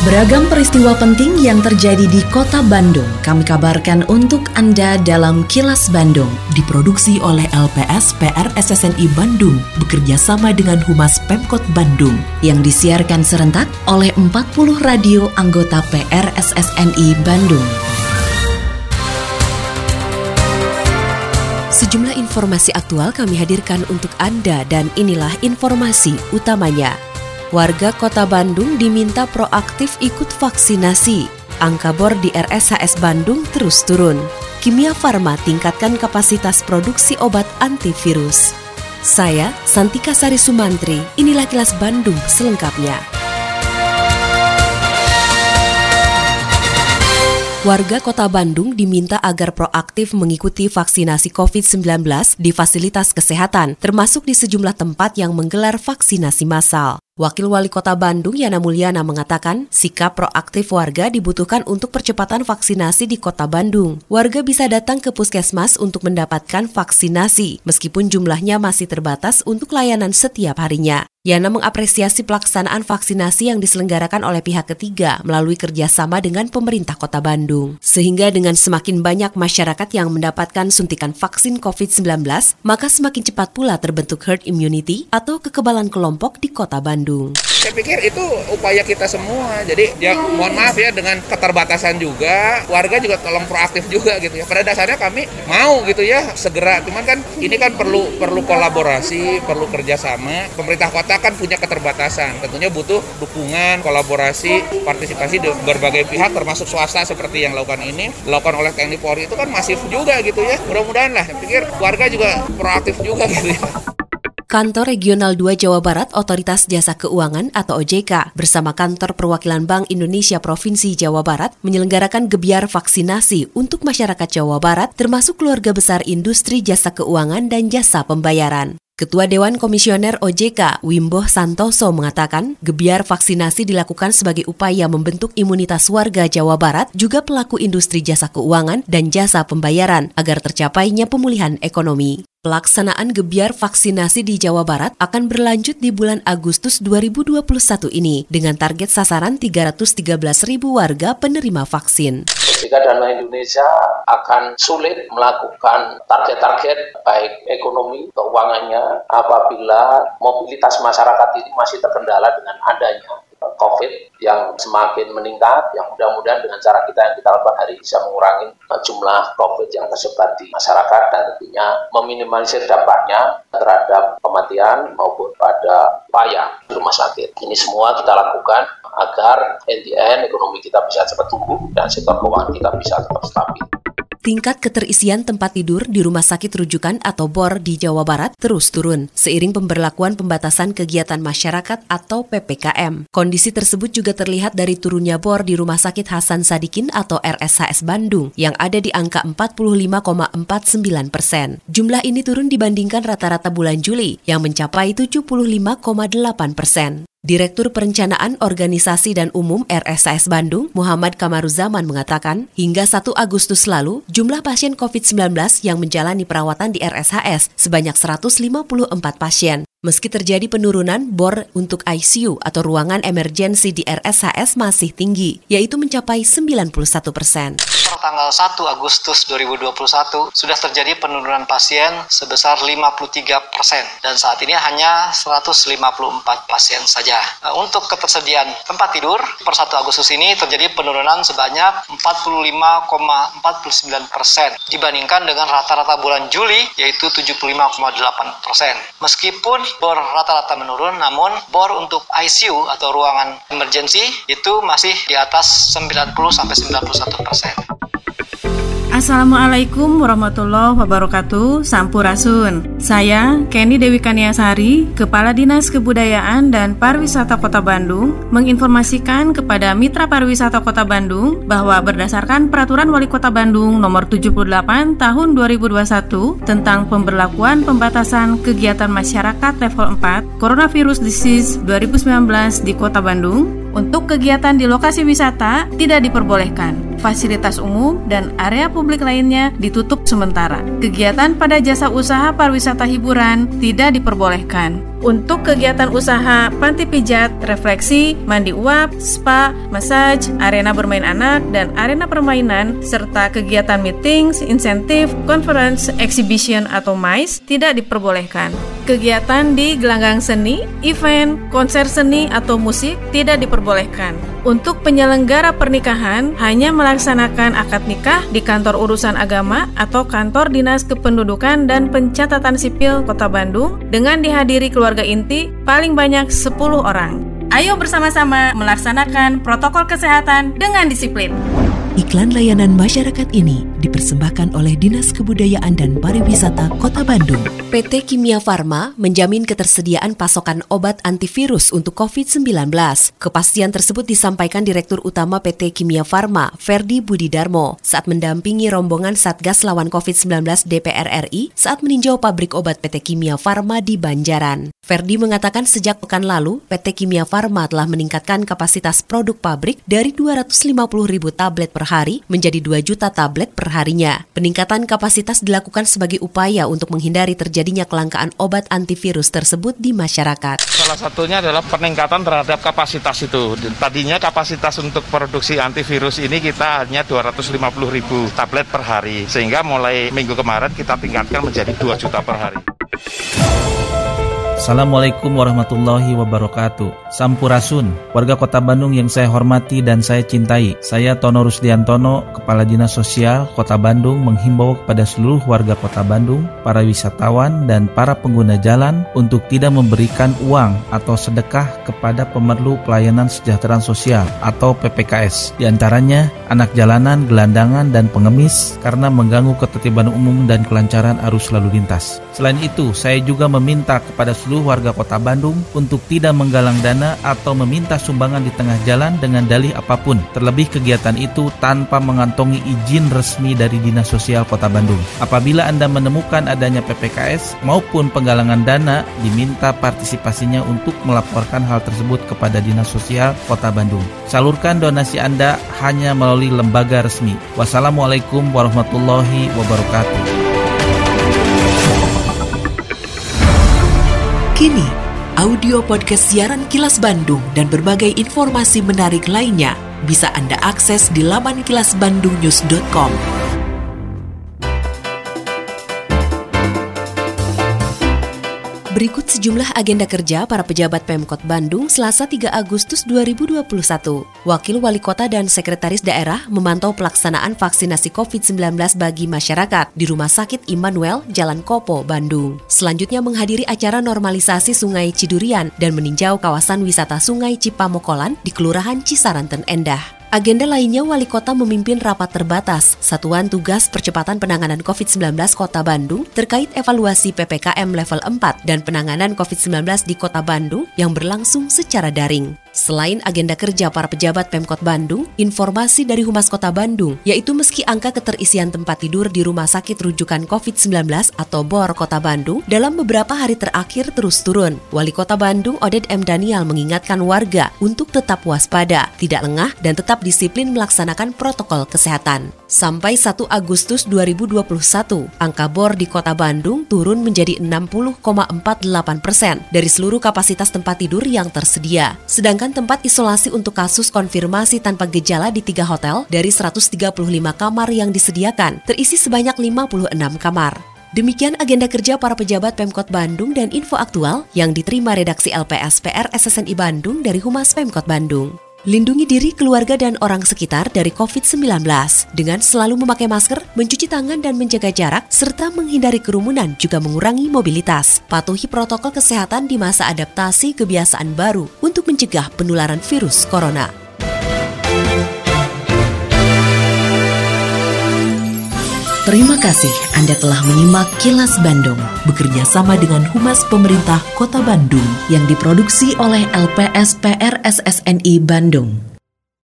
Beragam peristiwa penting yang terjadi di Kota Bandung kami kabarkan untuk Anda dalam Kilas Bandung. Diproduksi oleh LPS PR SSNI Bandung bekerja sama dengan Humas Pemkot Bandung yang disiarkan serentak oleh 40 radio anggota PR SSNI Bandung. Sejumlah informasi aktual kami hadirkan untuk Anda dan inilah informasi utamanya. Warga Kota Bandung diminta proaktif ikut vaksinasi. Angka bor di RSHS Bandung terus turun. Kimia Farma tingkatkan kapasitas produksi obat antivirus. Saya, Santika Sari Sumantri, inilah Kilas Bandung selengkapnya. Warga Kota Bandung diminta agar proaktif mengikuti vaksinasi COVID-19 di fasilitas kesehatan, termasuk di sejumlah tempat yang menggelar vaksinasi massal. Wakil Wali Kota Bandung Yana Mulyana mengatakan, sikap proaktif warga dibutuhkan untuk percepatan vaksinasi di Kota Bandung. Warga bisa datang ke puskesmas untuk mendapatkan vaksinasi, meskipun jumlahnya masih terbatas untuk layanan setiap harinya. Yana mengapresiasi pelaksanaan vaksinasi yang diselenggarakan oleh pihak ketiga melalui kerjasama dengan pemerintah Kota Bandung. Sehingga dengan semakin banyak masyarakat yang mendapatkan suntikan vaksin COVID-19, maka semakin cepat pula terbentuk herd immunity atau kekebalan kelompok di Kota Bandung. Saya pikir itu upaya kita semua. Jadi ya mohon maaf ya dengan keterbatasan juga, warga juga tolong proaktif juga gitu ya. Pada dasarnya kami mau gitu ya segera. Cuman kan ini kan perlu kolaborasi, perlu kerjasama. Pemerintah kota kan punya keterbatasan. Tentunya butuh dukungan, kolaborasi, partisipasi dari berbagai pihak termasuk swasta seperti yang dilakukan oleh TNI Polri itu kan masif juga gitu ya. Mudah-mudahan lah. Saya pikir warga juga proaktif juga gitu ya. Kantor Regional 2 Jawa Barat Otoritas Jasa Keuangan atau OJK bersama Kantor Perwakilan Bank Indonesia Provinsi Jawa Barat menyelenggarakan gebyar vaksinasi untuk masyarakat Jawa Barat termasuk keluarga besar industri jasa keuangan dan jasa pembayaran. Ketua Dewan Komisioner OJK, Wimbo Santoso mengatakan, gebyar vaksinasi dilakukan sebagai upaya membentuk imunitas warga Jawa Barat, juga pelaku industri jasa keuangan dan jasa pembayaran, agar tercapainya pemulihan ekonomi. Pelaksanaan gebyar vaksinasi di Jawa Barat akan berlanjut di bulan Agustus 2021 ini dengan target sasaran 313.000 warga penerima vaksin. Ketika Dana Indonesia akan sulit melakukan target-target baik ekonomi, keuangannya apabila mobilitas masyarakat ini masih terkendala dengan adanya COVID yang semakin meningkat, yang mudah-mudahan dengan cara kita yang kita lakukan hari ini bisa mengurangi jumlah COVID yang tersebar di masyarakat dan tentunya meminimalisir dampaknya terhadap kematian maupun pada upaya di rumah sakit. Ini semua kita lakukan agar ekonomi kita bisa cepat tumbuh dan sektor keuangan kita bisa tetap stabil. Tingkat keterisian tempat tidur di rumah sakit rujukan atau BOR di Jawa Barat terus turun seiring pemberlakuan pembatasan kegiatan masyarakat atau PPKM. Kondisi tersebut juga terlihat dari turunnya BOR di Rumah Sakit Hasan Sadikin atau RSHS Bandung yang ada di angka 45,49%. Jumlah ini turun dibandingkan rata-rata bulan Juli yang mencapai 75,8%. Direktur Perencanaan Organisasi dan Umum RSHS Bandung, Muhammad Kamaruzaman mengatakan, hingga 1 Agustus lalu, jumlah pasien COVID-19 yang menjalani perawatan di RSHS sebanyak 154 pasien. Meski terjadi penurunan, BOR untuk ICU atau ruangan emergensi di RSHS masih tinggi, yaitu mencapai 91%. Per tanggal 1 Agustus 2021 sudah terjadi penurunan pasien sebesar 53% dan saat ini hanya 154 pasien saja. Untuk ketersediaan tempat tidur per 1 Agustus ini terjadi penurunan sebanyak 45,49% dibandingkan dengan rata-rata bulan Juli yaitu 75,8%. Meskipun BOR rata-rata menurun, namun BOR untuk ICU atau ruangan emergency itu masih di atas 90-91%. Assalamualaikum warahmatullahi wabarakatuh. Sampurasun. Saya Kenny Dewi Kaniasari, Kepala Dinas Kebudayaan dan Pariwisata Kota Bandung, menginformasikan kepada Mitra Pariwisata Kota Bandung bahwa berdasarkan Peraturan Wali Kota Bandung Nomor 78 Tahun 2021 tentang pemberlakuan pembatasan kegiatan masyarakat level 4 Coronavirus Disease 2019 di Kota Bandung, untuk kegiatan di lokasi wisata tidak diperbolehkan. Fasilitas umum dan area publik lainnya ditutup sementara. Kegiatan pada jasa usaha pariwisata hiburan tidak diperbolehkan. Untuk kegiatan usaha panti pijat, refleksi, mandi uap, spa, massage, arena bermain anak, dan arena permainan, serta kegiatan meetings, insentif, conference, exhibition, atau MICE tidak diperbolehkan. Kegiatan di gelanggang seni, event, konser seni, atau musik tidak diperbolehkan. Untuk penyelenggara pernikahan, hanya melaksanakan akad nikah di kantor urusan agama atau kantor Dinas Kependudukan dan Pencatatan Sipil Kota Bandung dengan dihadiri keluarga inti paling banyak 10 orang. Ayo bersama-sama melaksanakan protokol kesehatan dengan disiplin. Iklan layanan masyarakat ini dipersembahkan oleh Dinas Kebudayaan dan Pariwisata Kota Bandung. PT Kimia Farma menjamin ketersediaan pasokan obat antivirus untuk COVID-19. Kepastian tersebut disampaikan Direktur Utama PT Kimia Farma, Ferdi Budidarmo, saat mendampingi rombongan Satgas lawan COVID-19 DPR RI saat meninjau pabrik obat PT Kimia Farma di Banjaran. Ferdi mengatakan sejak pekan lalu, PT Kimia Farma telah meningkatkan kapasitas produk pabrik dari 250.000 tablet per hari menjadi 2 juta tablet per harinya. Peningkatan kapasitas dilakukan sebagai upaya untuk menghindari terjadinya kelangkaan obat antivirus tersebut di masyarakat. Salah satunya adalah peningkatan terhadap kapasitas itu. Tadinya kapasitas untuk produksi antivirus ini kita hanya 250.000 tablet per hari. Sehingga mulai minggu kemarin kita tingkatkan menjadi 2 juta per hari. Assalamualaikum warahmatullahi wabarakatuh. Sampurasun, warga Kota Bandung yang saya hormati dan saya cintai. Saya Tono Rusdiantono, Kepala Dinas Sosial Kota Bandung, menghimbau kepada seluruh warga Kota Bandung, para wisatawan dan para pengguna jalan untuk tidak memberikan uang atau sedekah kepada pemerlu pelayanan kesejahteraan sosial atau PPKS. Di antaranya anak jalanan, gelandangan, dan pengemis karena mengganggu ketertiban umum dan kelancaran arus lalu lintas. Selain itu, saya juga meminta kepada seluruh warga Kota Bandung untuk tidak menggalang dana atau meminta sumbangan di tengah jalan dengan dalih apapun, terlebih kegiatan itu tanpa mengantongi izin resmi dari Dinas Sosial Kota Bandung. Apabila Anda menemukan adanya PPKS maupun penggalangan dana, diminta partisipasinya untuk melaporkan hal tersebut kepada Dinas Sosial Kota Bandung. Salurkan donasi Anda hanya melalui lembaga resmi. Wassalamualaikum warahmatullahi wabarakatuh. Kini, audio podcast siaran Kilas Bandung dan berbagai informasi menarik lainnya bisa Anda akses di laman kilasbandungnews.com. Berikut sejumlah agenda kerja para pejabat Pemkot Bandung Selasa 3 Agustus 2021. Wakil Wali Kota dan Sekretaris Daerah memantau pelaksanaan vaksinasi COVID-19 bagi masyarakat di Rumah Sakit Immanuel, Jalan Kopo, Bandung. Selanjutnya menghadiri acara normalisasi Sungai Cidurian dan meninjau kawasan wisata Sungai Cipamokolan di Kelurahan Cisaranten Endah. Agenda lainnya, Wali Kota memimpin rapat terbatas Satuan Tugas Percepatan Penanganan COVID-19 Kota Bandung terkait evaluasi PPKM level 4 dan penanganan COVID-19 di Kota Bandung yang berlangsung secara daring. Selain agenda kerja para pejabat Pemkot Bandung, informasi dari Humas Kota Bandung, yaitu meski angka keterisian tempat tidur di Rumah Sakit Rujukan COVID-19 atau BOR Kota Bandung dalam beberapa hari terakhir terus turun, Wali Kota Bandung Oded M. Daniel mengingatkan warga untuk tetap waspada, tidak lengah, dan tetap disiplin melaksanakan protokol kesehatan. Sampai 1 Agustus 2021, angka BOR di Kota Bandung turun menjadi 60,48% dari seluruh kapasitas tempat tidur yang tersedia. Sedangkan tempat isolasi untuk kasus konfirmasi tanpa gejala di 3 hotel dari 135 kamar yang disediakan, terisi sebanyak 56 kamar. Demikian agenda kerja para pejabat Pemkot Bandung dan info aktual yang diterima redaksi LPSPR SSNI Bandung dari Humas Pemkot Bandung. Lindungi diri, keluarga, dan orang sekitar dari COVID-19 dengan selalu memakai masker, mencuci tangan dan menjaga jarak, serta menghindari kerumunan juga mengurangi mobilitas. Patuhi protokol kesehatan di masa adaptasi kebiasaan baru untuk mencegah penularan virus corona. Terima kasih Anda telah menyimak Kilas Bandung bekerja sama dengan Humas Pemerintah Kota Bandung yang diproduksi oleh LPSPR SSNI Bandung.